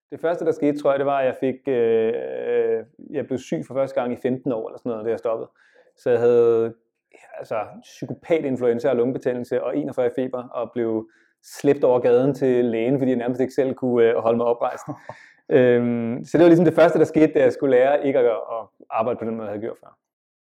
Det første, der skete, tror jeg, det var, at jeg blev syg for første gang i 15 år, eller sådan noget, da jeg stoppede. Så jeg havde psykopat-influenza og lungebetændelse og 41 i feber, og blev slæbt over gaden til lægen, fordi jeg nærmest ikke selv kunne holde mig oprejst. Så det var ligesom det første, der skete, da jeg skulle lære ikke at arbejde på den måde, jeg havde gjort før.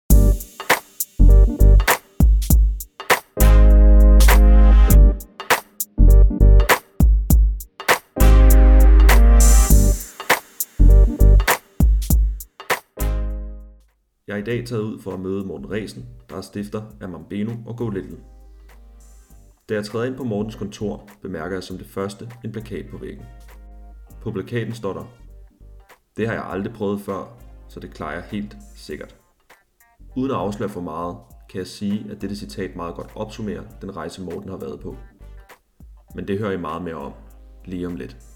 Jeg er i dag taget ud for at møde Morten Resen, der er stifter af Mambeno og Go Little. Da jeg træder ind på Mortens kontor, bemærker jeg som det første en plakat på væggen. På plakaten står der: "Det har jeg aldrig prøvet før, så det klarer jeg helt sikkert." Uden at afsløre for meget, kan jeg sige, at dette citat meget godt opsummerer den rejse Morten har været på. Men det hører I meget mere om lige om lidt.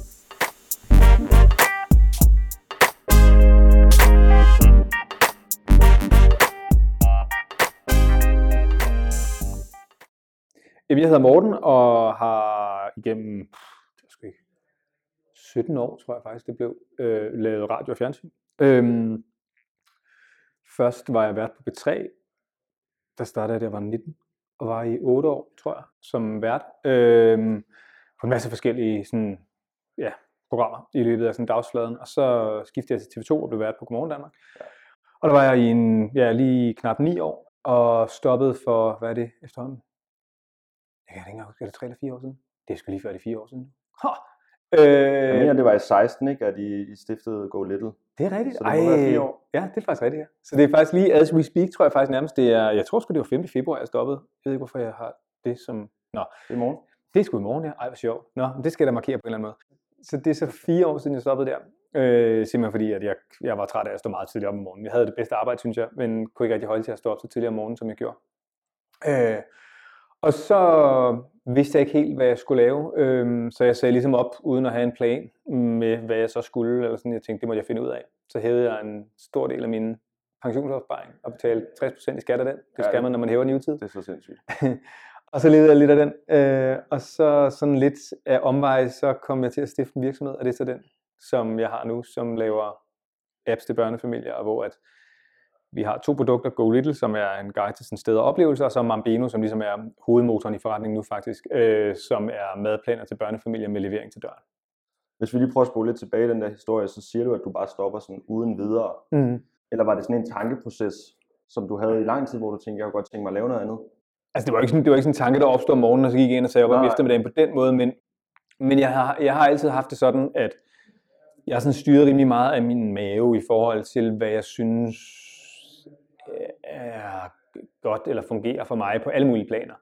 Jeg hedder Morten og har igennem 17 år, tror jeg faktisk det blev, lavet radio og fjernsyn. Først var jeg vært på B3, der startede jeg, da jeg var 19, og var i 8 år, tror jeg, som vært på en masse forskellige programmer i løbet af dagsfladen. Og så skiftede jeg til TV2 og blev vært på Godmorgen Danmark. Og der var jeg i lige knap 9 år, og stoppede for, hvad er det efterhånden? Jeg kan ikke engang huske, er det 3 eller 4 år siden? Det er sgu lige før de 4 år siden. Jeg mener, det var i 16, ikke, at I stiftede Go Little. Det er rigtigt. Så det må være 4 år. Ja, det er faktisk rigtigt, ja. Så det er faktisk lige as we speak, tror jeg faktisk nærmest. Jeg tror sgu, det var 5. februar, jeg stoppede. Jeg ved ikke, hvorfor jeg har det som... Nå, det er i morgen. Det er sgu i morgen, ja. Ej, hvor sjovt. Nå, det skal jeg da markere på en eller anden måde. Så det er så 4 år siden, jeg stoppede der. Simpelthen fordi, at jeg var træt af at stå meget tidligt op om morgenen. Jeg havde det bedste arbejde, synes jeg, men kunne ikke rigtig holde til at stå op så tidligt om morgenen, som jeg gjorde. Og så vidste jeg ikke helt, hvad jeg skulle lave, så jeg sagde ligesom op, uden at have en plan med, hvad jeg så skulle, eller sådan. Jeg tænkte, det måtte jeg finde ud af. Så hævede jeg en stor del af min pensionsopsparing og betalte 60% i skat af den. Det skal man, når man hæver en livstid. Det er så sindssygt. Og så levede jeg lidt af den, og så sådan lidt af omvej, så kom jeg til at stifte en virksomhed, og det er så den, som jeg har nu, som laver apps til børnefamilier, og hvor at vi har 2 produkter, Go Little, som er en guide til sådan steder og oplevelser, og så Mambeno, som ligesom er hovedmotoren i forretningen nu faktisk, som er madplaner til børnefamilier med levering til døren. Hvis vi lige prøver at spole lidt tilbage i den der historie, så siger du, at du bare stopper sådan uden videre. Eller var det sådan en tankeproces, som du havde i lang tid, hvor du tænkte, jeg kunne godt tænke mig at lave noget andet? Altså det var ikke sådan en tanke, der opstod om morgenen, og så gik jeg ind og sagde op om eftermiddagen på den måde, men jeg har altid haft det sådan, at jeg har sådan styret rimelig meget af min mave i forhold til, hvad jeg synes er godt eller fungerer for mig på alle mulige planer.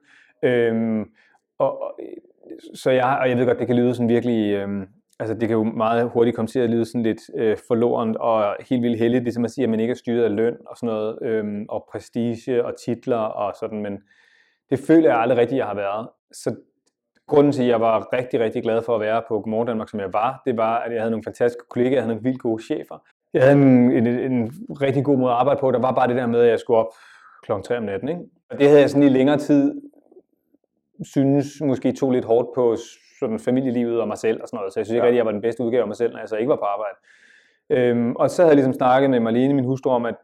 Så jeg ved godt, det kan lyde sådan virkelig, altså det kan jo meget hurtigt komme til at lyde sådan lidt forlorent og helt vildt heldigt, ligesom at sige, at man ikke er styret af løn og sådan noget, og prestige og titler og sådan, men det føler jeg aldrig rigtigt, jeg har været. Så grunden til, at jeg var rigtig, rigtig glad for at være på Godmorgen Danmark, som jeg var, det var, at jeg havde nogle fantastiske kollegaer, jeg havde nogle vildt gode chefer. Jeg havde en rigtig god måde at arbejde på. Der var bare det der med, at jeg skulle op klokken 3 om natten, ikke? Og det havde jeg sådan i længere tid synes måske tog lidt hårdt på sådan familielivet og mig selv og sådan noget. Så jeg synes ikke rigtig, at jeg var den bedste udgave af mig selv, når jeg så ikke var på arbejde. Og så havde jeg ligesom snakket med Marlene, min hustru, om at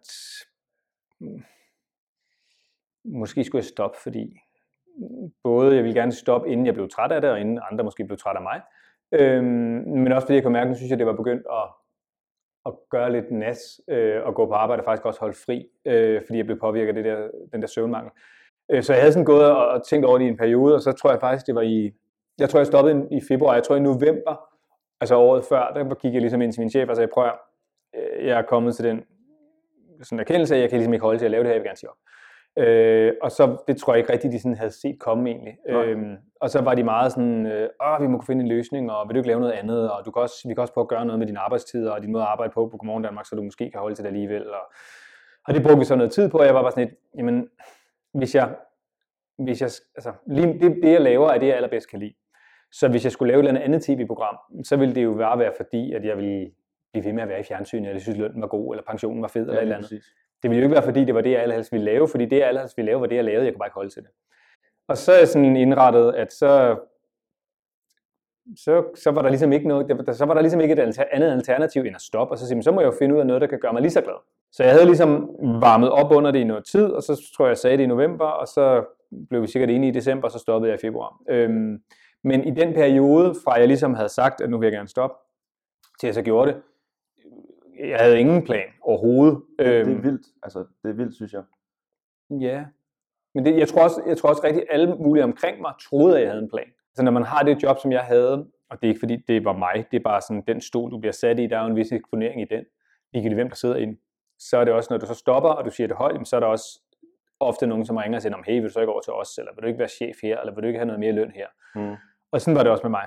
måske skulle jeg stoppe, fordi både jeg ville gerne stoppe, inden jeg blev træt af det, og inden andre måske blev træt af mig. Men også fordi jeg kunne mærke, at synes jeg, det var begyndt at gøre lidt nas og gå på arbejde og faktisk også holde fri, fordi jeg blev påvirket af den der søvnmangel. Så jeg havde sådan gået og tænkt over det i en periode, og så tror jeg faktisk, det var jeg tror jeg stoppede i februar, jeg tror i november, altså året før, der gik jeg ligesom ind til min chef og sagde, prøv at jeg er kommet til den sådan erkendelse, at jeg kan ligesom ikke holde til at lave det her, jeg vil gerne sige op. Og så, det tror jeg ikke rigtigt, de sådan havde set komme egentlig. Og så var de meget sådan, vi må kunne finde en løsning, og vil du ikke lave noget andet, og vi kan også prøve at gøre noget med dine arbejdstider, og din måde at arbejde på Godmorgen Danmark, så du måske kan holde til det alligevel. Og det brugte vi så noget tid på, og jeg var bare sådan lidt, jamen, hvis jeg altså, det jeg laver, er det, jeg allerbedst kan lide. Så hvis jeg skulle lave et eller andet tv-program, så ville det jo være fordi, at jeg ville blive ved med at være i fjernsynet, eller jeg synes, lønnen var god, eller pensionen var fed, eller et eller andet. Præcis. Det ville jo ikke være, fordi det var det, jeg allerhelst ville lave, fordi det, jeg allerhelst ville lave, var det, jeg lavede. Jeg kunne bare ikke holde til det. Og så er jeg sådan indrettet, at så så var der ligesom ikke noget, så var der ligesom ikke et andet alternativ end at stoppe, og så sige, så må jeg jo finde ud af noget, der kan gøre mig lige så glad. Så jeg havde ligesom varmet op under det i noget tid, og så tror jeg sagde det i november, og så blev vi sikkert enige i december, og så stoppede jeg i februar. Men i den periode, fra jeg ligesom havde sagt, at nu vil jeg gerne stoppe, til jeg så gjorde det, jeg havde ingen plan overhovedet. Det er vildt, altså det er vildt, synes jeg. Ja, men jeg tror også rigtig alle mulige omkring mig troede, at jeg havde en plan. Så når man har det job, som jeg havde, og det er ikke fordi det var mig, det er bare sådan den stol, du bliver sat i, der er jo en vis eksponering i den, ligegyldigt hvem der sidder inde. Så er det også, når du så stopper, og du siger det højt, så er der også ofte nogen, som ringer og siger, hey, vil du så ikke over til os, eller vil du ikke være chef her, eller vil du ikke have noget mere løn her? Og sådan var det også med mig.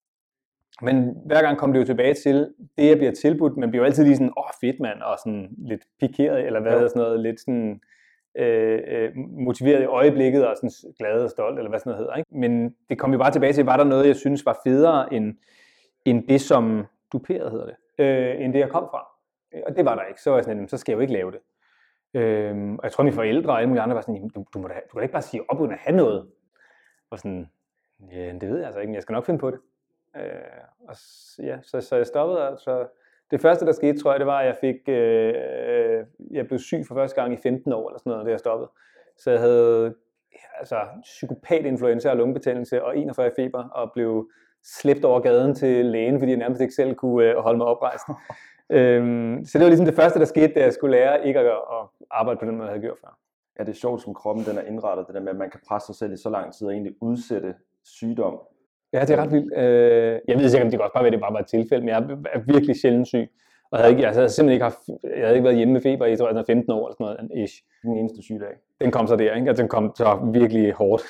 Men hver gang kom det jo tilbage til, det jeg bliver tilbudt, man bliver jo altid lige sådan, fedt mand, og sådan lidt pikeret, eller hvad hedder sådan noget, lidt sådan motiveret i øjeblikket, og sådan glad og stolt, eller hvad sådan noget hedder, ikke? Men det kom jo bare tilbage til, var der noget, jeg synes var federe, end det, som duperet hedder det, end det, jeg kom fra. Og det var der ikke. Så var jeg sådan, så skal jeg jo ikke lave det. Og jeg tror, mine forældre og alle mulige andre var sådan, du kan ikke bare sige op, uden at have noget. Og sådan, ja, det ved jeg altså ikke, men jeg skal nok finde på det. Og ja, så jeg stoppede. Altså, det første, der skete, tror jeg, det var, at jeg blev syg for første gang i 15 år, eller sådan noget, da jeg stoppede. Så jeg havde psykopat-influenza og lungebetændelse og 41 i feber, og blev slæbt over gaden til lægen, fordi jeg nærmest ikke selv kunne holde mig oprejst. Så det var ligesom det første, der skete, da jeg skulle lære ikke at arbejde på den måde, jeg havde gjort før. Ja, det er sjovt, som kroppen den er indrettet, det der med, at man kan presse sig selv i så lang tid og egentlig udsætte sygdom. Ja, det er ret vildt. Jeg ved sikkert, om det kan også bare være, at det bare var et tilfælde, men jeg er virkelig sjældent syg. Og jeg havde simpelthen ikke været hjemme med feber i, tror jeg, 15 år eller sådan noget. Ish. Den eneste sygedag. Den kom så der, ikke? Og den kom så virkelig hårdt.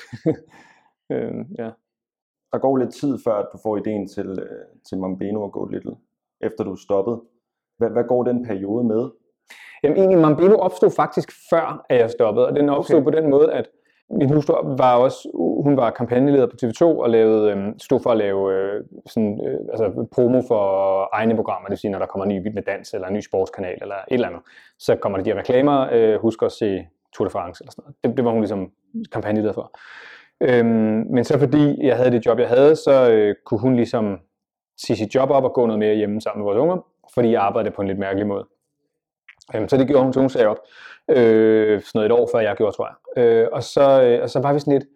Ja. Der går lidt tid, før at du får ideen til Mambeno og Go Little, efter du er stoppet. Hvad går den periode med? Jamen egentlig, Mambeno opstod faktisk før, at jeg stoppede, og den opstod på den måde, at min hustru var også, hun var kampagneleder på TV2 og stod for at lave promo for egne programmer, det vil sige, når der kommer en ny Vild med Dans eller en ny sportskanal eller et eller andet, så kommer der de reklamer, husk at se Tour de France eller sådan noget. Det var hun ligesom kampagneleder for. Men så fordi jeg havde det job, jeg havde, så kunne hun ligesom sige sit job op og gå noget mere hjemme sammen med vores unger, fordi jeg arbejdede på en lidt mærkelig måde. Så det gjorde hun, så hun sagde op. Sådan noget et år før jeg gjorde, tror jeg. Og så var vi sådan lidt,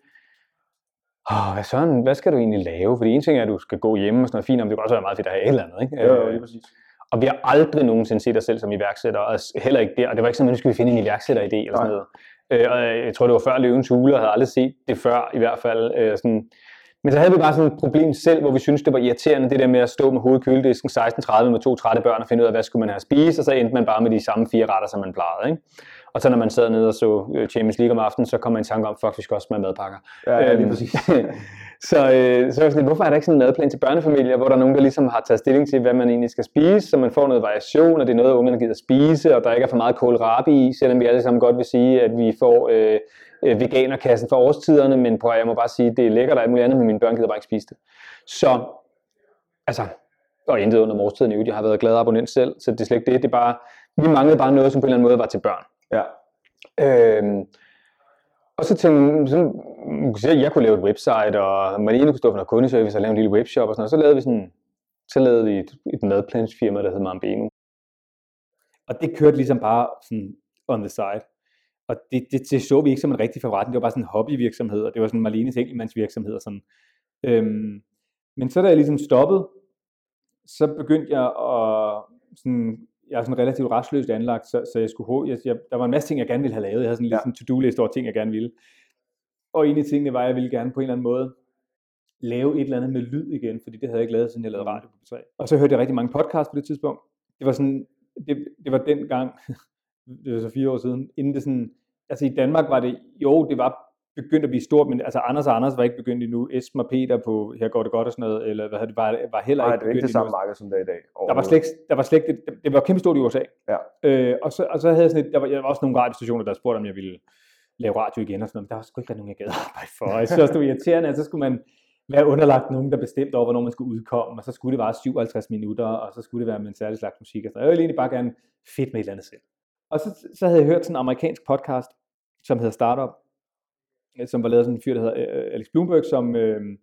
hvad skal du egentlig lave? Fordi en ting er, at du skal gå hjemme og sådan noget fint, om det kan også være meget fedt at have et eller andet, ikke? Ja, lige præcis. Og vi har aldrig nogensinde set os selv som iværksætter, og heller ikke der. Og det var ikke sådan, at nu skulle vi finde en iværksætteridé eller sådan noget. Og jeg tror, det var før Løvens Hule, og havde aldrig set det før i hvert fald. Men så havde vi bare sådan et problem selv, hvor vi syntes, det var irriterende, det der med at stå med hovedet i køledisken 16:30 med 2 trætte børn og finde ud af, hvad skulle man have at spise, og så endte man bare med de samme 4 retter, som man plejede, ikke? Og så når man sad nede og så Champions League om aftenen, så kom man i tanke om, fuck, vi skal også smage madpakker. Ja, lige præcis. så var sådan, hvorfor er der ikke sådan en madplan til børnefamilier, hvor der er nogen, der ligesom har taget stilling til, hvad man egentlig skal spise, så man får noget variation, og det er noget, ungerne gider spise, og der ikke er for meget kålrabi i, selvom vi alle sammen godt vil sige, at vi får veganerkassen for årstiderne, men prøv at, jeg må bare sige, det er lækkert og alt muligt andet, men mine børn gider bare ikke spise det. Så, altså, og intet under årstiden i øvrigt, jeg har været glad abonnent selv, så det er slet ikke det, det er bare, vi manglede bare noget, som på en eller anden måde var til børn. Ja. Og så tænkte jeg, jeg kunne lave et website, og Marlene kunne stå for noget kundeservice og lave en lille webshop og sådan noget. Så lavede vi et madplansfirma, der hed Mambeno. Og det kørte ligesom bare sådan on the side. Og det så vi ikke som en rigtig forretning, det var bare sådan en hobbyvirksomhed, og det var sådan Marlenes enkeltmandsvirksomhed og sådan. Men så da jeg ligesom stoppede, så begyndte jeg at sådan, jeg er sådan relativt restløst anlagt, så jeg skulle der var en masse ting, jeg gerne ville have lavet. Jeg havde sådan lidt en to-do-liste over ting, jeg gerne ville. Og en af tingene var, at jeg ville gerne på en eller anden måde lave et eller andet med lyd igen, fordi det havde jeg ikke lavet, siden jeg lavede radio på P3. Og så hørte jeg rigtig mange podcasts på det tidspunkt. Det var sådan, det var den gang, det var så 4 år siden, inden det sådan, altså i Danmark var det, det var begyndt at blive stort, men altså Anders var ikke begyndt endnu. Esben og Peter på Her går det godt og sådan noget, eller hvad det var heller ikke begyndt. Nej, det er ikke det samme marked som det er i dag. Der var slet ikke, det var kæmpe stort i USA. Ja. Og så havde jeg sådan jeg var også nogle radiostationer, der spurgte, om jeg ville lave radio igen og sådan noget, men der var sgu ikke nogen, jeg gad arbejde for. Og jeg synes også, det var irriterende, at så skulle man være underlagt nogen, der bestemte over, hvornår man skulle udkomme, og så skulle det vare 57 minutter, og så skulle det være med en særlig slags musik. Og så jeg ville egentlig bare gerne fedt med et eller andet selv. Og så havde jeg hørt sådan en amerikansk podcast, som hedder Startup, som var lavet sådan en fyr, der hedder Alex Bloomberg,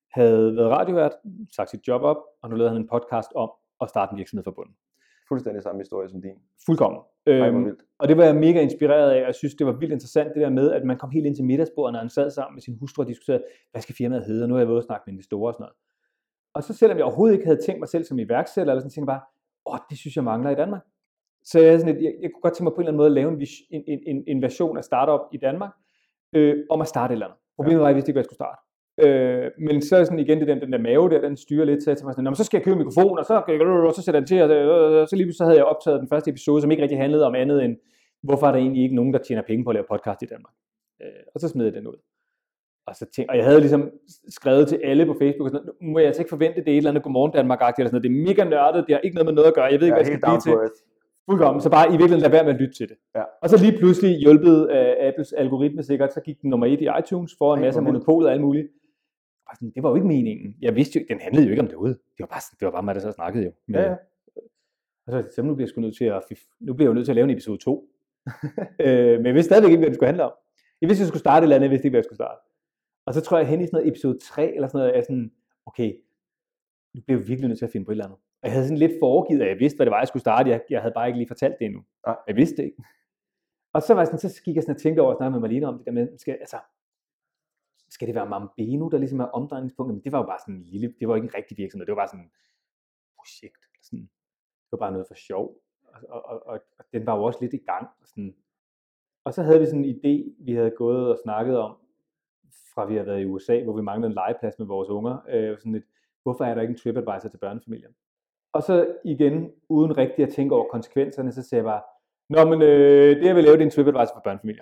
havde været radiovært, sagt sit job op, og nu lavede han en podcast om at starte en virksomhed for bunden. Fuldstændig samme historie som din. Fuldkommen. Og det var jeg mega inspireret af, og jeg synes, det var vildt interessant, det der med, at man kom helt ind til middagsbordet, når han sad sammen med sin hustru og diskuterede, hvad skal firmaet hedde, og nu er jeg ved at snakke med investorer og sådan noget. Og så selvom jeg overhovedet ikke havde tænkt mig selv som iværksætter, eller sådan, tænkte jeg bare, det synes jeg mangler i Danmark. Så jeg kunne godt tænke mig på en eller anden måde at lave en version af startup i Danmark, om at starte et eller andet. Problemet var, at jeg vidste ikke, hvad jeg skulle starte. Men så er sådan igen den der mave der, den styrer lidt, så jeg tænkte mig så skal jeg købe en mikrofon, og så sætter den til, og så lige så havde jeg optaget den første episode, som ikke rigtig handlede om andet end, hvorfor er der egentlig ikke nogen, der tjener penge på at lave podcast i Danmark. Og så smed jeg den ud. Og jeg havde ligesom skrevet til alle på Facebook, og sådan, nu må jeg altså ikke forvente, det er et eller andet Godmorgen Danmark-agtigt, eller sådan noget. Det er mega nørdet, det har ikke noget med noget at gøre, jeg ved ikke, hvad jeg skal blive til. Fuldkommen, så bare i virkeligheden lad være med at lytte til det. Ja. Og så lige pludselig hjulpet af Apples algoritme sikkert, så gik den nummer 1 i iTunes for en masse af monopolet og alt muligt. Det var jo ikke meningen. Jeg vidste jo, den handlede jo ikke om derude. Det var bare mig, der så snakkede jo. Men, ja. Og så nu bliver jeg nødt til at lave en episode 2. Men jeg vidste stadigvæk ikke, hvad det skulle handle om. Jeg vidste, jeg skulle starte et eller andet, jeg vidste ikke, hvad jeg skulle starte. Og så tror jeg hen i sådan noget episode 3 eller sådan noget, jeg sådan, okay, nu bliver jeg virkelig nødt til at finde på et eller andet. Og jeg havde sådan lidt foregivet, at jeg vidste, hvad det var, jeg skulle starte. Jeg havde bare ikke lige fortalt det endnu. Jeg vidste det ikke. Og så var jeg sådan, så gik jeg sådan og tænkte over at snakke med Marlene om det der med, skal det være Mambeno, der ligesom er omdrejningspunktet? Men det var jo bare sådan en lille, det var ikke en rigtig virksomhed, det var bare sådan et projekt. Sådan, det var bare noget for sjov. Og den var jo også lidt i gang. Og så havde vi sådan en idé, vi havde gået og snakket om, fra vi havde været i USA, hvor vi manglede en legeplads med vores unger. Sådan lidt, hvorfor er der ikke en TripAdvisor til børnefamilier? Og så igen, uden rigtig at tænke over konsekvenserne, så sagde jeg bare, det jeg vil lave, det er en TripAdvisor for børnefamilier.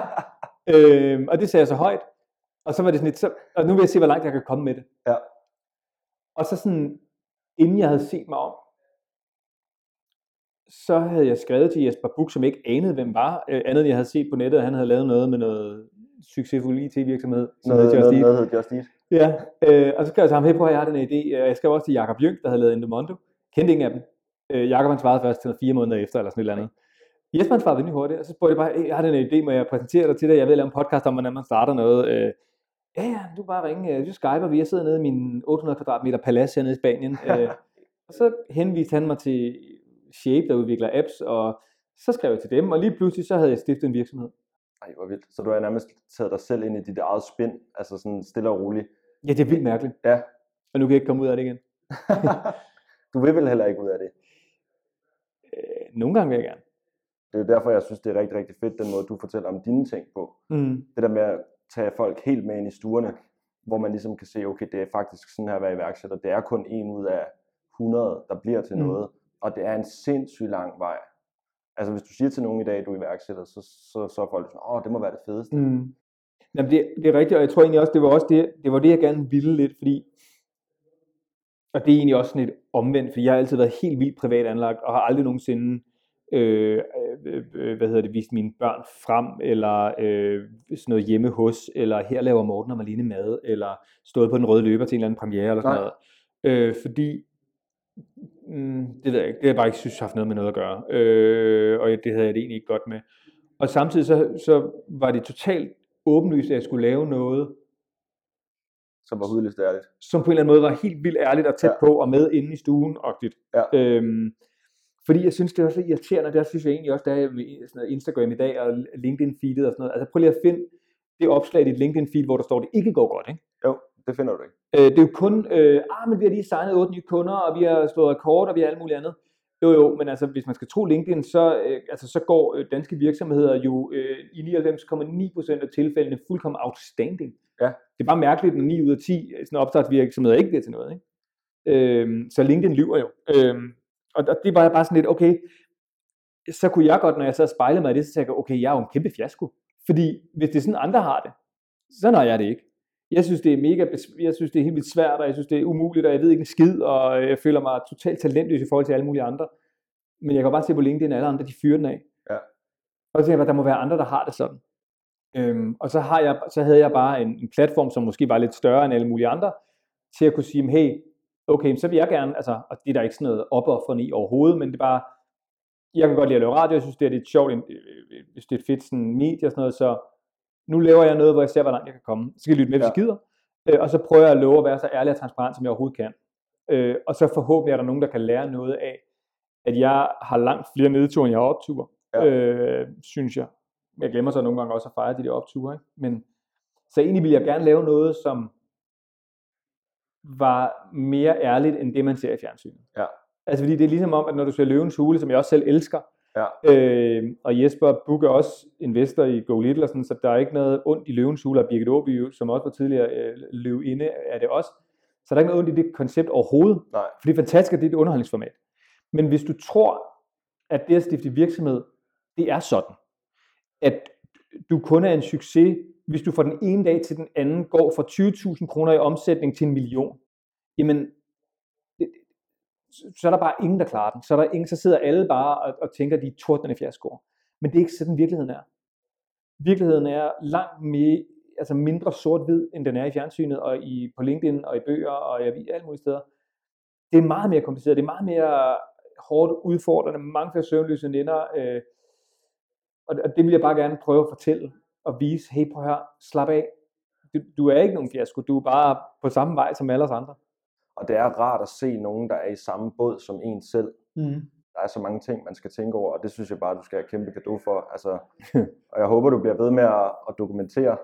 Og det sagde jeg så højt. Og så var det sådan lidt, og nu vil jeg se, hvor langt jeg kan komme med det. Ja. Og så sådan, inden jeg havde set mig om, så havde jeg skrevet til Jesper Buch, som ikke anede, hvem var, andet end jeg havde set på nettet, at han havde lavet noget med noget succesfuld IT-virksomhed. Noget Just Eat. Ja, og så skrev jeg til ham, hey, prøv at jeg har den idé. Jeg skrev også til Jakob Jynk, der havde lavet Endomondo. Kendte ingen af dem. Jakob han svarede først til 4 måneder efter, eller sådan et eller andet. Jesper svarede rimelig hurtigt, og så spurgte jeg bare, hey, jeg har den idé, må jeg præsentere dig til det? Jeg vil lave en podcast om, hvordan man starter noget. Ja, du bare ringe, du skyper vi, jeg sidder nede i min 800 kvadratmeter palads hernede i Spanien. Og så henviste han mig til Shape, der udvikler apps, og så skrev jeg til dem, og lige pludselig så havde jeg stiftet en virksomhed. Ej, hvor vildt. Så du har nærmest taget dig selv ind i dit eget spind, altså sådan stille og roligt. Ja, det er vildt mærkeligt. Ja. Og nu kan jeg ikke komme ud af det igen. Du vil vel heller ikke ud af det? Nogle gange vil jeg gerne. Det er derfor, jeg synes, det er rigtig, rigtig fedt, den måde, du fortæller om dine ting på. Det der med at tage folk helt med ind i stuerne, hvor man ligesom kan se, okay, det er faktisk sådan her at være iværksætter. Det er kun 1 ud af 100, der bliver til noget. Og det er en sindssygt lang vej. Altså hvis du siger til nogen i dag, at du er iværksætter, så er folk sådan, det må være det fedeste. Jamen det er rigtigt, og jeg tror egentlig også, det var det, jeg gerne ville lidt, fordi, og det er egentlig også sådan et omvendt, fordi jeg har altid været helt vildt privat anlagt, og har aldrig nogensinde vist mine børn frem, eller sådan noget hjemme hos, eller her laver Morten og Marlene mad, eller stået på den røde løber til en eller anden premiere, eller sådan noget. Fordi, det ved jeg ikke, det har jeg bare ikke synes, jeg har haft noget med noget at gøre, og det havde jeg det egentlig ikke godt med. Og samtidig så var det totalt åbenlyst, at jeg skulle lave noget, som var hudløst ærligt. Som på en eller anden måde var helt vildt ærligt og tæt på, og med inde i stuen-agtigt. Ja. Fordi jeg synes, det er også irriterende, og det synes jeg egentlig også, der er sådan noget Instagram i dag, og LinkedIn-feedet og sådan noget. Altså prøv lige at finde det opslag i dit LinkedIn-feed, hvor der står, at det ikke går godt, ikke? Jo, det finder du ikke. Det er jo kun, men vi har lige signet 8 nye kunder, og vi har slået rekord, og vi har alt muligt andet. Jo, men altså, hvis man skal tro LinkedIn, så går danske virksomheder jo i 99,9% af tilfældene fuldkommen outstanding. Ja. Det er bare mærkeligt, når 9 ud af 10 sådan opstartsvirksomheder ikke bliver til noget, ikke? Så LinkedIn lyver jo. Og det var bare sådan lidt, okay, så kunne jeg godt, når jeg så spejlede mig i det, så tænkte jeg, okay, jeg er jo en kæmpe fiasko. Fordi hvis det er sådan, andre har det, så har jeg det ikke. Jeg synes, det er helt vildt svært, og jeg synes, det er umuligt, og jeg ved ikke en skid, og jeg føler mig totalt talentløs i forhold til alle mulige andre. Men jeg kan bare se på LinkedIn, at alle andre, de fyrer den af. Ja. Og så tænker jeg, at der må være andre, der har det sådan. Og så havde jeg bare en platform, som måske var lidt større end alle mulige andre, til at kunne sige, hey, okay, så vil jeg gerne, altså, og det er der ikke sådan noget opoffrende i overhovedet, men det er bare, jeg kan godt lide at lave radio, jeg synes, det er lidt sjovt, hvis det er et fedt sådan medie og sådan noget, så nu laver jeg noget, hvor jeg ser, hvor langt jeg kan komme. Så skal I lytte med, hvis I gider. Og så prøver jeg at love at være så ærlig og transparent, som jeg overhovedet kan. Og så forhåbentlig er der nogen, der kan lære noget af, at jeg har langt flere nedture, end jeg har opture, synes jeg. Jeg glemmer så nogle gange også at fejre de der opture, ikke? Men så egentlig ville jeg gerne lave noget, som var mere ærligt, end det man ser i fjernsynet. Ja. Altså fordi det er ligesom om, at når du ser Løvens Hule, som jeg også selv elsker, og Jesper Buch er også investor i Go Little, og sådan, så der er ikke noget ondt i Løvens Hule, og Birgit Åby, som også var tidligere løvinde, er det også. Så der er ikke noget ondt i det koncept overhovedet. Nej. For det er fantastisk, det er et underholdningsformat. Men hvis du tror, at det at stifte virksomhed, det er sådan, at du kun er en succes, hvis du fra den ene dag til den anden går fra 20.000 kroner i omsætning til 1 million, jamen, så er der bare ingen, der klarer den. Så sidder alle bare og tænker, at de er tordnende fiaskoer. Men det er ikke sådan, virkeligheden er. Virkeligheden er langt mere, altså mindre sort-hvid, end den er i fjernsynet, og på LinkedIn, og i bøger, og i alle mulige steder. Det er meget mere kompliceret, det er meget mere hårdt udfordrende, mange flere søvnløse nætter, og det vil jeg bare gerne prøve at fortælle, og vise, hey, prøv her, slap af. Du er ikke nogen fiasko, du er bare på samme vej som alle os andre. Og det er rart at se nogen, der er i samme båd som en selv. Der er så mange ting, man skal tænke over, og det synes jeg bare, du skal have kæmpe cadeau for. Altså, og jeg håber, du bliver ved med at dokumentere,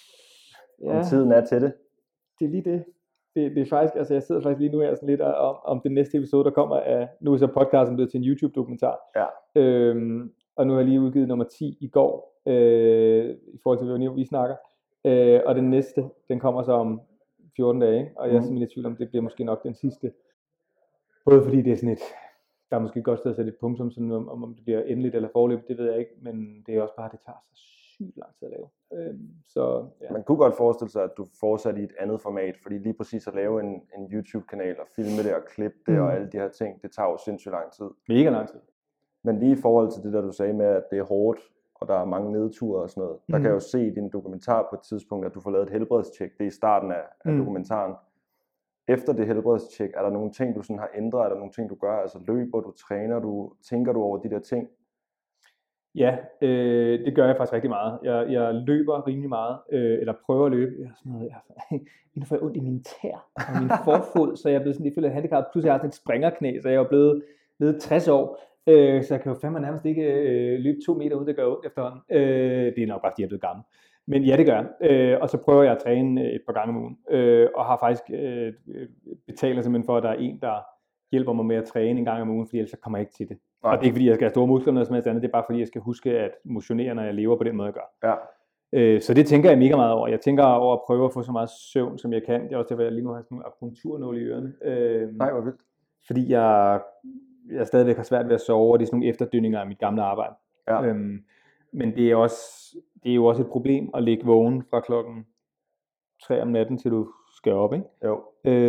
om tiden er til det. Det er lige det. Det er faktisk, altså jeg sidder faktisk lige nu her sådan lidt om den næste episode, der kommer af, nu er så podcasten blevet til en YouTube-dokumentar. Ja. Og nu har jeg lige udgivet nummer 10 i går, i forhold til, hvad vi snakker. Og den næste, den kommer så om 14 dage, ikke? Og jeg er simpelthen i tvivl om, det bliver måske nok den sidste. Både fordi det er sådan et, der er måske et godt sted at sætte et punktum, sådan om det bliver endeligt eller forløbet, det ved jeg ikke, men det er også bare, det tager så sygt lang tid at lave. Man kunne godt forestille sig, at du fortsætter i et andet format, fordi lige præcis at lave en YouTube-kanal og filme det og klippe det og alle de her ting, det tager jo sindssygt lang tid. Mega lang tid. Men lige i forhold til det der, du sagde med, at det er hårdt, og der er mange nedture og sådan noget, der kan jeg jo se i din dokumentar på et tidspunkt, at du får lavet et helbredstjek. Det er i starten af dokumentaren. Efter det helbredstjek, er der nogle ting, du sådan har ændret? Er der nogle ting, du gør? Altså løber du, træner du, tænker du over de der ting? Ja, det gør jeg faktisk rigtig meget. Jeg løber rimelig meget, eller prøver at løbe. Jeg får ondt i min tær og min forfod, så jeg er blevet sådan, jeg føler handicappet. Pludselig har jeg sådan et springerknæ, så jeg er blevet 60 år. Så jeg kan jo fandme nærmest ikke løbe 2 meter ud, det gør ondt efterhånden. Det er nok bare, fordi jeg er blevet gammel. Men ja, det gør jeg. Og så prøver jeg at træne et par gange om ugen. Og har faktisk betaler simpelthen for, at der er en, der hjælper mig med at træne en gang om ugen, fordi ellers så kommer jeg ikke til det. Og det er ikke fordi, jeg skal have store muskler eller noget som helst, det er bare fordi, jeg skal huske at motionere, når jeg lever på den måde, jeg gør. Ja. Så det tænker jeg mega meget over. Jeg tænker over at prøve at få så meget søvn, som jeg kan. Det er også derfor, jeg lige nu har sådan nogle akupunkturnåle i ørerne. Nej, hvor vildt. Fordi jeg stadigvæk har svært ved at sove, og det er sådan nogle efterdønninger af mit gamle arbejde. Ja. Men det er jo også et problem at ligge vågen fra klokken 3 om natten, til du skal op, ikke? Jo.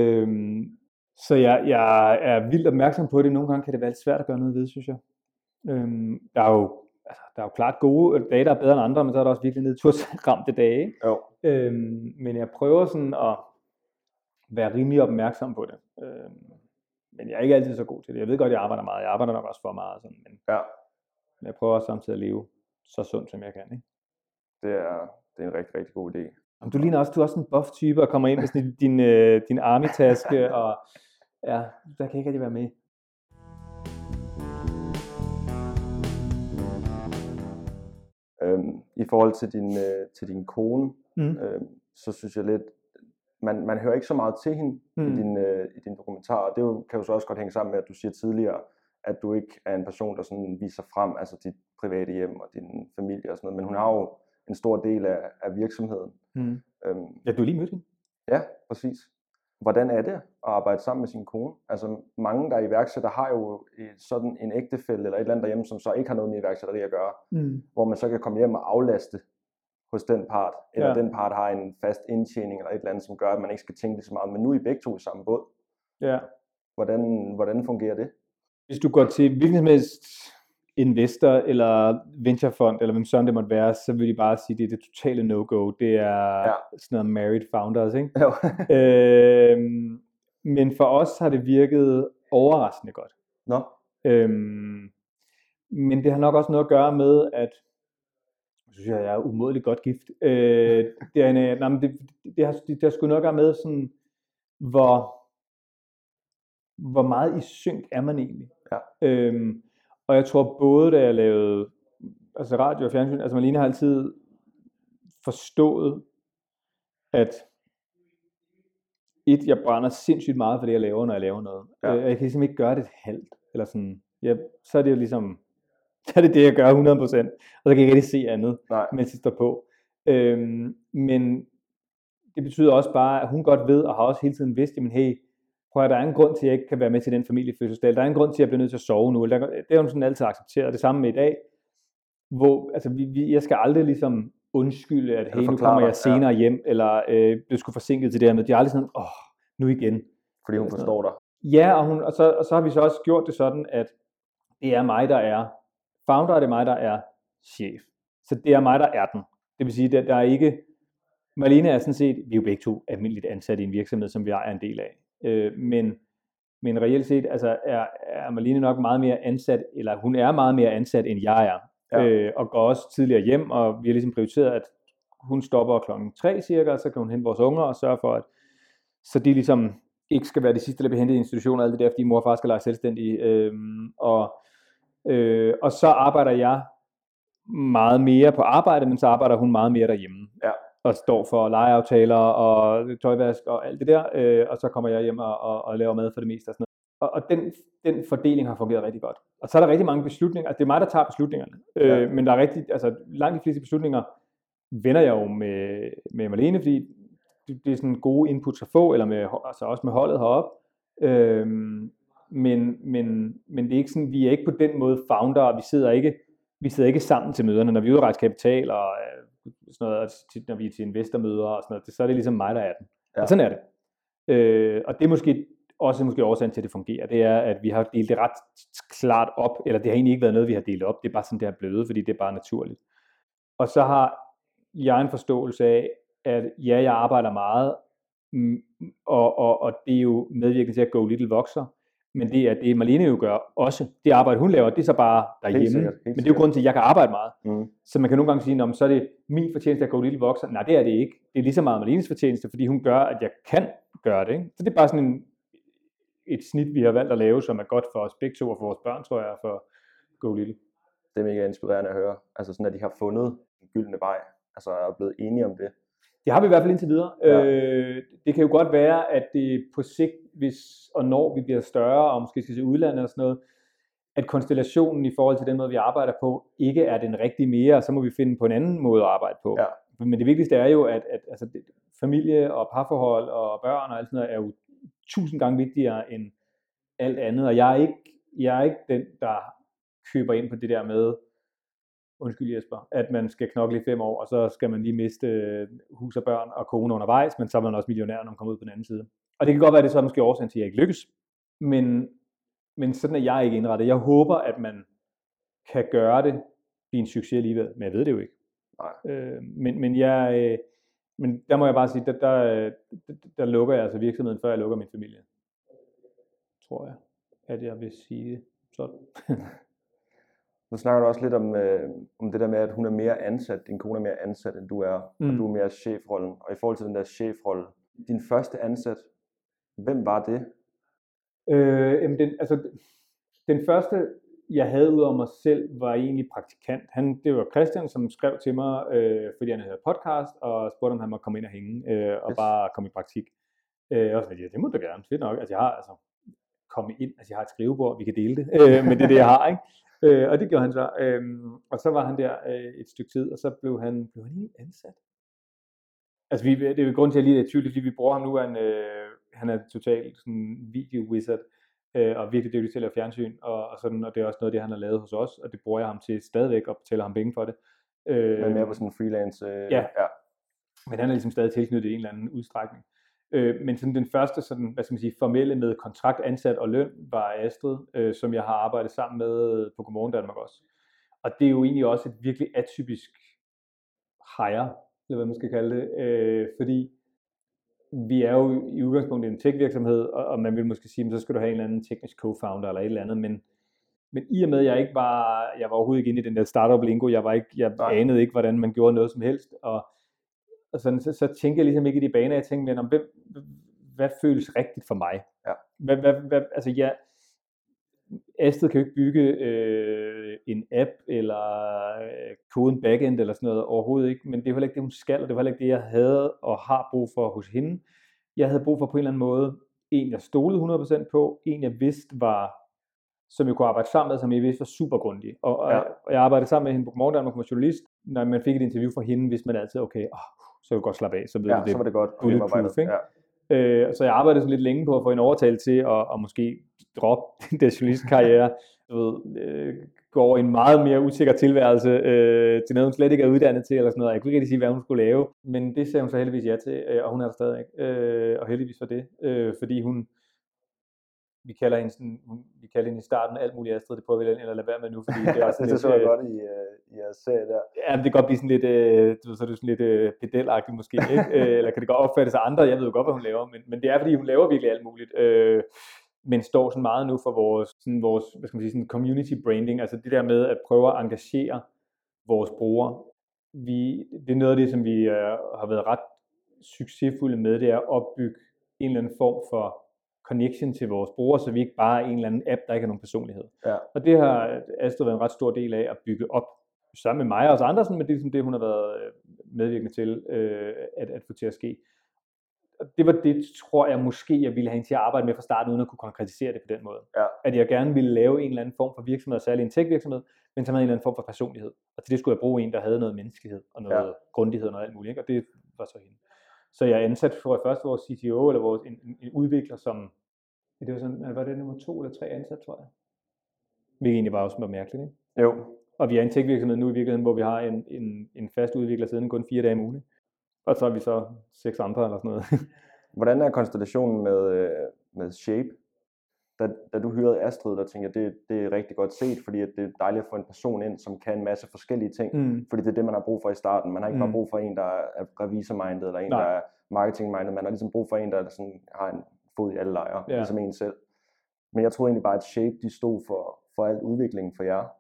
Så jeg er vildt opmærksom på det. Nogle gange kan det være lidt svært at gøre noget ved, synes jeg. Der er jo klart gode dage, der er bedre end andre, men så er der også virkelig nedtursramte dage, ikke? Jo. Men jeg prøver sådan at være rimelig opmærksom på det. Men jeg er ikke altid så god til det. Jeg ved godt, jeg arbejder meget. Jeg arbejder nok også for meget. Sådan, men jeg prøver også samtidig at leve så sundt, som jeg kan. Ikke? Det er en rigtig, rigtig god idé. Du ligner også, du er også en buff type og kommer ind med sådan din army-taske, og ja, der kan ikke rigtig være med. I forhold til din kone, så synes jeg lidt, man hører ikke så meget til hende i din dokumentar, og det kan jo så også godt hænge sammen med, at du siger tidligere, at du ikke er en person, der sådan viser frem, altså dit private hjem og din familie og sådan noget, men hun har jo en stor del af virksomheden. Ja, du har lige mødt hende. Ja, præcis. Hvordan er det at arbejde sammen med sin kone? Altså mange, der er iværksætter, har jo sådan en ægtefælle eller et eller andet derhjemme, som så ikke har noget med iværksætteri at gøre, hvor man så kan komme hjem og aflaste hos den part, eller den part har en fast indtjening eller et eller andet, som gør, at man ikke skal tænke lige så meget. Men nu er I begge to i samme båd. Ja. Hvordan fungerer det? Hvis du går til hvilken som helst investor eller venturefond, eller hvem sådan det måtte være, så vil de bare sige, at det er det totale no-go. Det er sådan noget married founders, ikke? Jo. Men for os har det virket overraskende godt. Nå. Men det har nok også noget at gøre med, at synes jeg er umådeligt godt gift. Det har sgu nok at med sådan, hvor meget i synk er man egentlig. Ja. Og jeg tror både, da jeg lavede altså radio og fjernsyn, altså Malene har altid forstået, at jeg brænder sindssygt meget for det, jeg laver, når jeg laver noget. Ja. Jeg kan ligesom ikke gøre det halvt, eller sådan, så er det jo ligesom, så er det det, jeg gør 100%, og så kan jeg ikke rigtig se andet, mens jeg står på. Men det betyder også bare, at hun godt ved, og har også hele tiden vidst, jamen hey, prøv at der er en grund til, at jeg ikke kan være med til den familiefødselsdag. Der er en grund til, at jeg bliver nødt til at sove nu. Det er jo sådan altid accepteret. Det samme med i dag, hvor altså, jeg skal aldrig ligesom undskylde, at hey, nu kommer jeg senere hjem, eller blev sgu forsinket til det her med. De er aldrig sådan, nu igen. Fordi hun forstår dig. Ja, og så har vi så også gjort det sådan, at det er mig, der er founder, og det er mig, der er chef. Så det er mig, der er den. Det vil sige, at der er ikke... Malene er sådan set, vi er jo begge to almindeligt ansatte i en virksomhed, som vi er en del af. Men reelt set altså er Malene nok meget mere ansat, eller hun er meget mere ansat, end jeg er. Ja. Og går også tidligere hjem, og vi har ligesom prioriteret, at hun stopper klokken 3 cirka, og så kan hun hente vores unger og sørge for, at så de ligesom ikke skal være de sidste, der bliver hentet i institutioner og alt det der, fordi mor og far skal lege selvstændige. Og så arbejder jeg meget mere på arbejde, men så arbejder hun meget mere derhjemme. Ja. Og står for legeaftaler og tøjvask og alt det der, og så kommer jeg hjem og laver mad for det meste og sådan noget. Og den fordeling har fungeret rigtig godt. Og så er der rigtig mange beslutninger, altså det er mig, der tager beslutningerne, men der er langt de fleste beslutninger vender jeg jo med Malene, fordi det er sådan gode inputs at få, eller altså også med holdet heroppe. Men det er ikke sådan, vi er ikke på den måde founder, vi sidder ikke sammen til møderne, når vi udrejser kapital og sådan noget, når vi er til investormøder og sådan noget, så er det ligesom mig, der er den. Ja. Og sådan er det. Og det er måske årsagen til, at det fungerer. Det er, at vi har delt det ret klart op, eller det har egentlig ikke været noget, vi har delt op. Det er bare sådan, det er blevet, fordi det er bare naturligt. Og så har jeg en forståelse af, at ja, jeg arbejder meget, og det er jo medvirkende til, at Go Little vokser. Men det er det, Malene jo gør også. Det arbejde, hun laver, det er så bare derhjemme. Men det er jo grunden til, at jeg kan arbejde meget. Så man kan nogle gange sige, så er det min fortjeneste, at Go Little vokser. Nej, det er det ikke. Det er lige så meget Malenes fortjeneste, fordi hun gør, at jeg kan gøre det. Ikke? Så det er bare sådan et snit, vi har valgt at lave, som er godt for os begge to og for vores børn, tror jeg, for Go Little. Det er mega inspirerende at høre. Altså sådan, at de har fundet en gyldne vej. Altså er blevet enige om det. Det har vi i hvert fald indtil videre. Ja. Det kan jo godt være, at det på sigt, hvis og når vi bliver større, og måske skal til udlandet og sådan noget, at konstellationen i forhold til den måde, vi arbejder på, ikke er den rigtige mere, og så må vi finde på en anden måde at arbejde på. Ja. Men det vigtigste er jo, at altså, familie og parforhold og børn og alt sådan noget, er jo 1000 gange vigtigere end alt andet. Og jeg er ikke den, der køber ind på det der med, undskyld Jesper, at man skal knokle i 5 år, og så skal man lige miste hus og børn og kone undervejs, men så er man også millionær, når man kommer ud på den anden side. Og det kan godt være, at det så er måske årsagen til, at jeg ikke lykkes, men sådan er jeg ikke indrettet. Jeg håber, at man kan gøre det i en succes alligevel, men jeg ved det jo ikke. Nej. Men der må jeg bare sige, der lukker jeg altså virksomheden, før jeg lukker min familie. Tror jeg, at jeg vil sige det sådan. Nu snakker du også lidt om det der med, at hun er mere ansat, din kone er mere ansat, end du er, og du er mere chefrollen. Og i forhold til den der chefrolle, din første ansat, hvem var det? Den første, jeg havde ud over mig selv, var egentlig praktikant. Det var Christian, som skrev til mig, fordi han havde podcast, og spurgte, om han måtte komme ind og hænge, og bare komme i praktik. Og så sagde jeg, det må du gerne, fedt nok. Altså jeg har kommet ind, altså jeg har et skrivebord, vi kan dele det, men det er det, jeg har, ikke? Og det gjorde han så. Og så var han der et stykke tid, og så blev han egentlig ansat. Altså det er jo grund til, at jeg lige er tydeligt, fordi vi bruger ham nu, han er totalt sådan video-wizard, og virkelig dygtig til at lave fjernsyn, og sådan, og det er også noget, det han har lavet hos os, og det bruger jeg ham til stadigvæk, og betaler ham penge for det. Men mere på sådan en freelance. Ja. Men han er ligesom stadig tilknyttet i en eller anden udstrækning. Men sådan den første sådan, hvad skal man sige, formelle med kontrakt, ansat og løn var Astrid, som jeg har arbejdet sammen med på Godmorgen Danmark også. Og det er jo egentlig også et virkelig atypisk hire, eller hvad man skal kalde det, fordi vi er jo i udgangspunktet en tech-virksomhed, og man vil måske sige, så skal du have en eller anden teknisk co-founder eller et eller andet, men Men i og med, at jeg var overhovedet ikke inde i den der startup-lingo, jeg anede ikke, hvordan man gjorde noget som helst, og sådan, så tænkte jeg ligesom ikke i de baner, jeg tænkte, hvad føles rigtigt for mig? Ja. Altså, Astrid kan jo ikke bygge en app, eller kode en backend, eller sådan noget, overhovedet ikke, men det er heller ikke det, hun skal, og det var heller ikke det, jeg havde og har brug for hos hende. Jeg havde brug for på en eller anden måde, en jeg stolede 100% på, en jeg vidste som jeg kunne arbejde sammen med, som jeg vidste var super grundig. Og jeg arbejdede sammen med hende på Godmorgen Danmark, som journalist. Når man fik et interview fra hende, vidste man altid, okay, så kan du godt slappe af. Så var det godt. Bulletproof, ikke? Så jeg arbejdede sådan lidt længe på at få en overtale til at måske droppe den der journalistkarriere, gå over i en meget mere usikker tilværelse, til noget hun slet ikke er uddannet til, eller sådan noget. Jeg kunne ikke rigtig sige, hvad hun skulle lave, men det sagde hun så heldigvis ja til, og hun er der stadig, og heldigvis for det, fordi vi kalder hende i starten alt muligt Astrid, det prøver vi at lade være med nu, fordi det er også det så jeg godt i jeres serie der. Ja, det kan godt blive sådan lidt, så er det sådan lidt pedelagtigt måske, ikke? Eller kan det godt opfattes af andre, jeg ved jo godt, hvad hun laver, men det er, fordi hun laver virkelig alt muligt, men står sådan meget nu for vores hvad skal man sige, sådan community branding, altså det der med at prøve at engagere vores brugere. Det er noget af det, som vi har været ret succesfulde med, det er at opbygge en eller anden form for connection til vores brugere, så vi ikke bare er en eller anden app, der ikke har nogen personlighed. Ja. Og det har Astrid været en ret stor del af at bygge op, sammen med mig og os andre, men det er ligesom det, hun har været medvirkende til at få til at ske. Og det var det, tror jeg måske, jeg ville have hende til at arbejde med fra starten, uden at kunne konkretisere det på den måde. Ja. At jeg gerne ville lave en eller anden form for virksomhed, særligt en tech-virksomhed, men som havde en eller anden form for personlighed. Og til det skulle jeg bruge en, der havde noget menneskelighed, og noget grundighed og noget alt muligt, ikke? Og det var så hende. Så jeg ansatte først vores CTO, eller en udvikler, som, det var sådan, var det nummer 2 eller 3 ansat, tror jeg. Hvilket egentlig bare også var mærkeligt, ikke? Jo. Og vi er en tech-virksomhed nu i virkeligheden, hvor vi har en fast udvikler siden kun 4 dage om ugen. Og så har vi så 6 andre eller sådan noget. Hvordan er konstellationen med Shape? Da du hyrede Astrid, der tænkte jeg, det er rigtig godt set, fordi at det er dejligt at få en person ind, som kan en masse forskellige ting. Fordi det er det, man har brug for i starten. Man har ikke bare brug for en, der er revisor-minded, eller en, der er marketing-minded. Man har ligesom brug for en, der sådan har en fod i alle lejre, ligesom en selv. Men jeg troede egentlig bare, at Shape, de stod for al udviklingen for jer.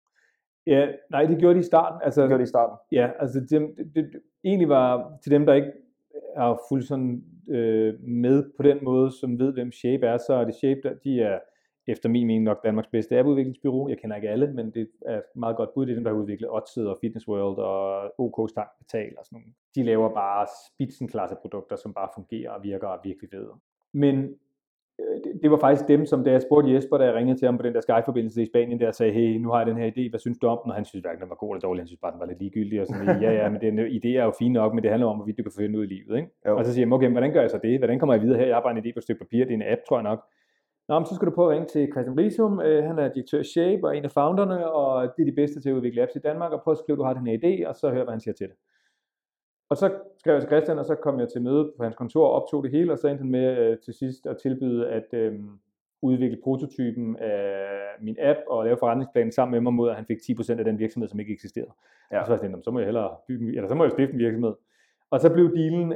Ja, nej, det gjorde de i starten. Altså, det gjorde de i starten? Ja, altså det egentlig var til dem, der ikke er fuldt sådan med på den måde, som ved, hvem Shape er, så er det Shape, de er efter min mening nok Danmarks bedste appudviklingsbureau. Jeg kender ikke alle, men det er et meget godt bud. Det er dem, der har udviklet Odset og Fitness World og OK Start Betal og sådan nogle. De laver bare spitzenklasse produkter, som bare fungerer og virker og er virkelig fede. Men det var faktisk dem, som da jeg spurgte Jesper, da jeg ringede til ham på den der Skype-forbindelse i Spanien, der sagde, hey, nu har jeg den her idé, hvad synes du om den? Og han synes hverken, den var god eller dårlig, han synes bare, den var lidt ligegyldig. Og sådan, ja, men den idé er jo fint nok, men det handler om, hvorvidt du kan få den ud i livet. Ikke? Og så siger jeg, okay, hvordan gør jeg så det? Hvordan kommer jeg videre her? Jeg har bare en idé på et stykke papir, det er en app, tror jeg nok. Nå, men så skal du prøve at ringe til Christian Risum, han er direktør i Shape og en af founderne, og det er de bedste til at udvikle apps i Danmark, og prøv at skrive, du har den her idé, og så hør, hvad han siger til det. Og så skrev jeg til Christian, og så kom jeg til møde på hans kontor og optog det hele, og så endte han med til sidst at tilbyde at udvikle prototypen af min app og lave forretningsplanen sammen med mig mod, at han fik 10% af den virksomhed, som ikke eksisterede. Ja. Og så var jeg tænkt, så må jeg hellere bygge eller så må jeg stifte en virksomhed. Og så blev dealen,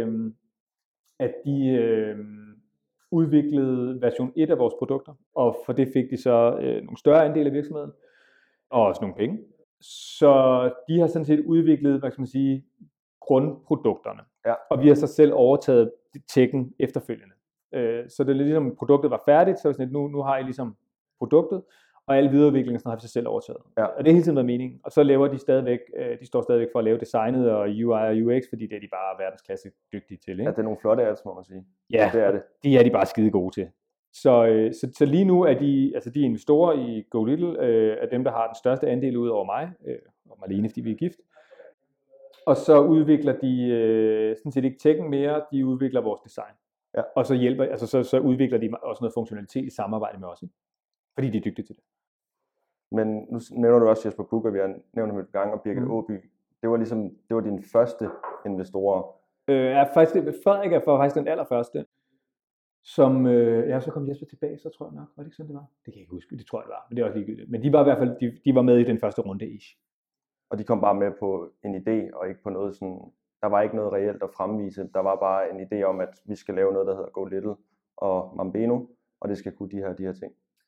at de udviklede version 1 af vores produkter, og for det fik de så nogle større andel af virksomheden, og også nogle penge. Så de har sådan set udviklet, hvad skal man sige, grundprodukterne. Ja. Og vi har så selv overtaget tekken efterfølgende. Så det er ligesom, produktet var færdigt, så sådan, nu har I ligesom produktet, og alle videreudviklingen har vi så selv overtaget. Ja. Og det er hele tiden været meningen. Og så laver de stadigvæk, de står stadigvæk for at lave designet og UI og UX, fordi det er de bare verdensklasse dygtige til. Ikke? Ja, det er nogle flotte apps, må man sige. Ja, det er det. De er de bare skide gode til. Så lige nu er de investorer i Go Little, er dem, der har den største andel ud over mig, og Marlene, fordi vi er gift. Og så udvikler de sådan set ikke tekken mere, de udvikler vores design. Ja. Og så udvikler de også noget funktionalitet i samarbejde med os, ikke? Fordi de er dygtige til det. Men nu nævner du også Jesper Buch, og vi har nævnt ham et gang, og Birgit Åby. Det var din første investorer. Frederik er faktisk den allerførste, som, så kom Jesper tilbage, så tror jeg nok. Var det ikke sådan, det var? Det kan jeg ikke huske, det tror jeg det var, men det er også ligegyldigt. Men de var i hvert fald, de var med i den første runde ish. Og de kom bare med på en idé, og ikke på noget sådan, der var ikke noget reelt at fremvise. Der var bare en idé om, at vi skal lave noget, der hedder Go Little og Mambeno, og det skal kunne de her ting.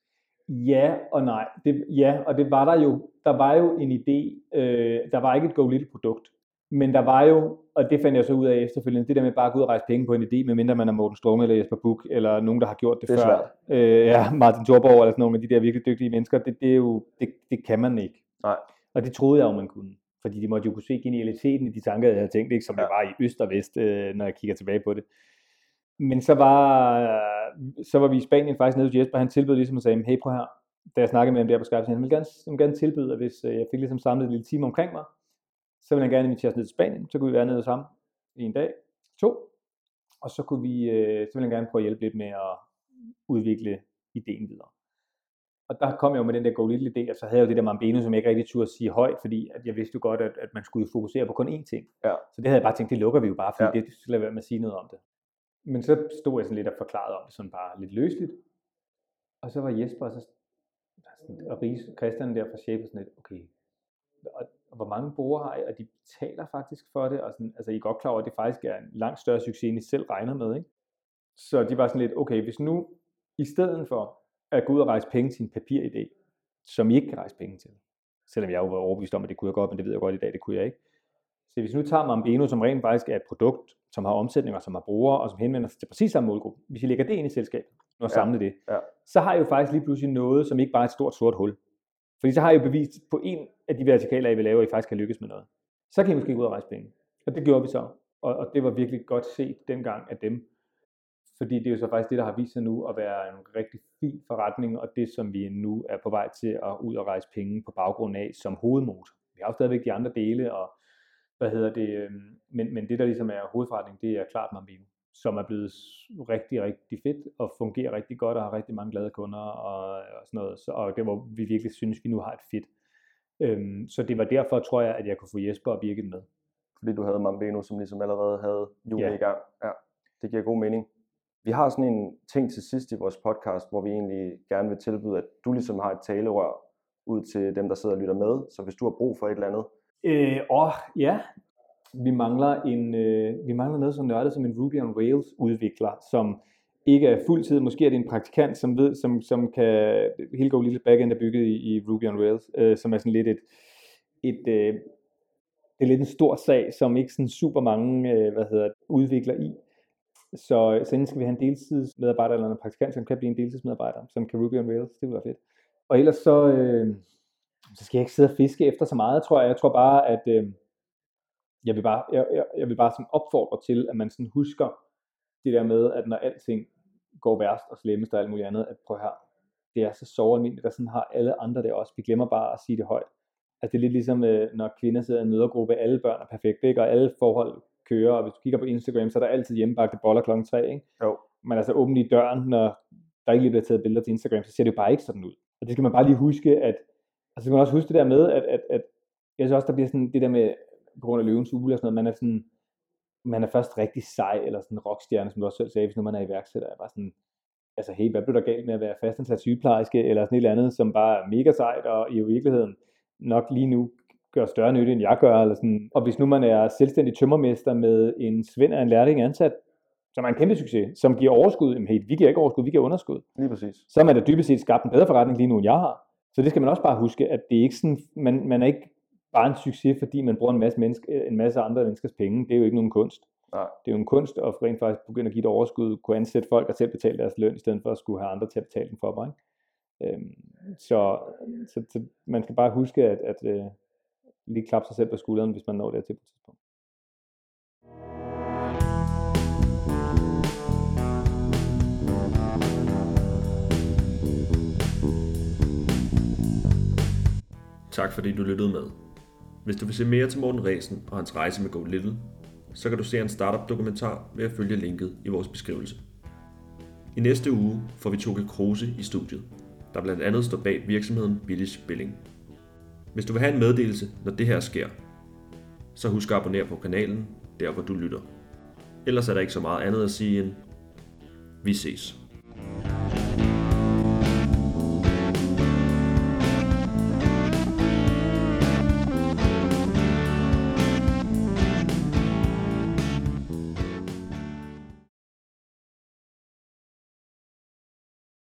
Ja og nej. Og det var der jo. Der var jo en idé. Der var ikke et Go Little produkt. Men der var jo, og det fandt jeg så ud af efterfølgende, det der med bare at gå ud og rejse penge på en idé, medmindre man er Morten Storm eller Jesper Buch, eller nogen, der har gjort det før. Martin Thorborg eller sådan nogle af de der virkelig dygtige mennesker, det er jo, det kan man ikke. Nej. Og det troede jeg jo, man kunne. Fordi de måtte jo kunne se genialiteten i de tanker, jeg havde tænkt, ikke som det var i øst og vest, når jeg kigger tilbage på det. Men så var vi i Spanien faktisk nede hos Jesper, han tilbød ligesom og sagde, hey prøv her, da jeg snakkede med ham der på Skype, han ville gerne tilbyde, at hvis jeg fik ligesom samlet et lille team omkring mig, så ville han gerne invitere os ned til Spanien, så kunne vi være nede sammen i en dag, 2, og så ville han gerne prøve at hjælpe lidt med at udvikle ideen videre. Og der kom jeg jo med den der Go Little idé, og så havde jeg jo det der Mambeno, som jeg ikke rigtig turde sige højt, fordi at jeg vidste jo godt, at man skulle fokusere på kun én ting. Ja. Så det havde jeg bare tænkt, det lukker vi jo bare, fordi det skulle lade være med at sige noget om det. Men så stod jeg sådan lidt og forklarede om det, sådan bare lidt løsligt. Og så var Jesper og Christian der fra Shape sådan lidt, okay, og hvor mange brugere har I, og de betaler faktisk for det, og sådan, altså I er godt klar over, at det faktisk er en langt større succes, end I selv regner med, ikke? Så de var sådan lidt, okay, hvis nu, i stedet for at gå ud og rejse penge til en papiridé, som I ikke kan rejse penge til, selvom jeg jo var overbevist om, at det kunne jeg godt, men det ved jeg godt i dag, det kunne jeg ikke. Så hvis nu tager Mambeno, som rent faktisk er et produkt, som har omsætninger, som har brugere, og som henvender sig til præcis samme målgruppe, hvis I lægger det ind i selskabet, og samler det, så har I jo faktisk lige pludselig noget, som ikke bare er et stort sort hul. Fordi så har I jo bevist på en af de vertikaler, I vil lave, at I faktisk kan lykkes med noget. Så kan I måske gå ud og rejse penge. Og det gjorde vi så. Og det var virkelig godt set dengang af dem. Fordi det er jo så faktisk det, der har vist sig nu at være en rigtig fin forretning, og det, som vi nu er på vej til at ud og rejse penge på baggrund af som hovedmotor. Vi har jo stadigvæk de andre dele, og men det, der ligesom er hovedforretning, det er klart Mambeno, som er blevet rigtig, rigtig fedt, og fungerer rigtig godt, og har rigtig mange glade kunder, og sådan noget. Og det var, vi virkelig synes, vi nu har et fedt. Så det var derfor, tror jeg, at jeg kunne få Jesper og Birgit med. Fordi du havde Mambeno, som ligesom allerede havde julen i gang. Ja, det giver god mening. Vi har sådan en ting til sidst i vores podcast, hvor vi egentlig gerne vil tilbyde, at du ligesom har et talerør ud til dem, der sidder og lytter med. Så hvis du har brug for et eller andet. Ja. Vi mangler noget så nørdet som en Ruby on Rails udvikler, som ikke er fuldtid. Måske er det en praktikant, som kan hele Go Little backend er bygget i Ruby on Rails, som er sådan lidt det er lidt en stor sag, som ikke sådan super mange udvikler i. Så enten skal vi have en deltidsmedarbejder eller en praktikant, som kan blive en deltidsmedarbejder, som kan Ruby on Rails. Det ville være fedt. Og ellers så skal jeg ikke sidde og fiske efter så meget, tror jeg. Jeg tror bare, at jeg vil bare sådan opfordre til, at man sådan husker det der med, at når alting går værst og slemmest og alt muligt andet, at prøv her, det er så såralmindeligt, der sådan har alle andre det også. Vi glemmer bare at sige det højt. Altså det er lidt ligesom, når kvinder sidder i en mødergruppe, alle børn er perfekte, ikke? Og alle forhold kører, og hvis du kigger på Instagram, så er der altid hjemmebagte boller klokken 3, ikke? Jo. Men altså åbent i døren, når der ikke lige bliver taget billeder til Instagram, så ser det jo bare ikke sådan ud. Og det skal man bare lige huske, at altså skal man også huske det der med, at jeg synes også, der bliver sådan det der med, på grund af løvens hule og sådan noget, man er først rigtig sej, eller sådan en rockstjerne, som du også selv sagde, hvis nu man er iværksætter, er bare sådan, altså hey, hvad blev der galt med at være fastansat sygeplejerske, eller sådan et eller andet, som bare er mega sejt, og i virkeligheden nok lige nu gør større nytte, end jeg gør, eller sådan. Og hvis nu man er selvstændig tømmermester med en svend af en lærling ansat, som er en kæmpe succes, som giver overskud, jamen hey, vi giver ikke overskud, vi giver underskud. Lige præcis. Så er man da dybest set skabt en bedre forretning lige nu, end jeg har. Så det skal man også bare huske, at det er ikke sådan, man er ikke bare en succes, fordi man bruger en masse andre menneskers penge. Det er jo ikke nogen kunst. Nej. Det er jo en kunst at rent faktisk begynde at give et overskud, kunne ansætte folk og selv betale deres løn, i stedet for at skulle have andre til at betale den for mig. Så man skal bare huske, at lige klappe sig selv på skulderen, hvis man når dertil på et tidspunkt. Tak fordi du lyttede med. Hvis du vil se mere til Morten Ræsen og hans rejse med Go Little, så kan du se en startup-dokumentar ved at følge linket i vores beskrivelse. I næste uge får vi Toke Kruse i studiet, der blandt andet står bag virksomheden Billish Billing. Hvis du vil have en meddelelse, når det her sker, så husk at abonnere på kanalen, der hvor du lytter. Ellers er der ikke så meget andet at sige end, vi ses.